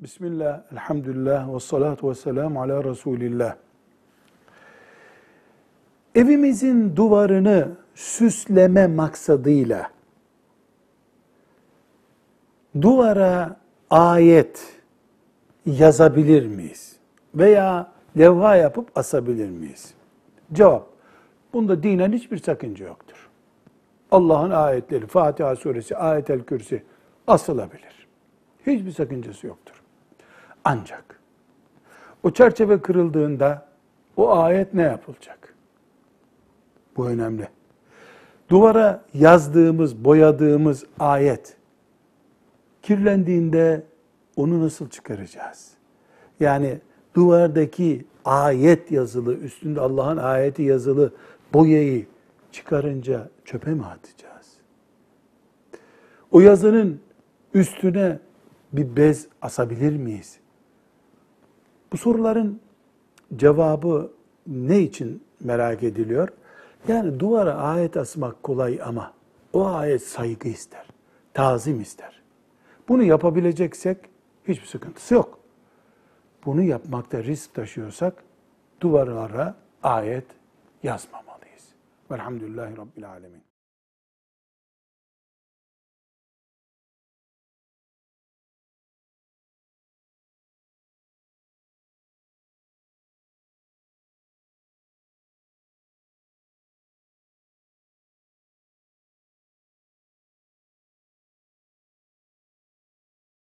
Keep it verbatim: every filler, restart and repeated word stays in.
Bismillah, elhamdülillah, ve salatu ve selamu ala Resulillah. Evimizin duvarını süsleme maksadıyla duvara ayet yazabilir miyiz? Veya levha yapıp asabilir miyiz? Cevap, bunda dinen hiçbir sakınca yoktur. Allah'ın ayetleri, Fatiha suresi, Ayet-el Kürsi asılabilir. Hiçbir sakıncası yoktur. Ancak o çerçeve kırıldığında o ayet ne yapılacak? Bu önemli. Duvara yazdığımız, boyadığımız ayet kirlendiğinde onu nasıl çıkaracağız? Yani duvardaki ayet yazılı, üstünde Allah'ın ayeti yazılı boyayı çıkarınca çöpe mi atacağız? O yazının üstüne bir bez asabilir miyiz? Bu soruların cevabı ne için merak ediliyor? Yani duvara ayet asmak kolay ama o ayet saygı ister, tazim ister. Bunu yapabileceksek hiçbir sıkıntısı yok. Bunu yapmakta risk taşıyorsak duvarlara ayet yazmamalıyız. Velhamdülillahi Rabbil Alemin.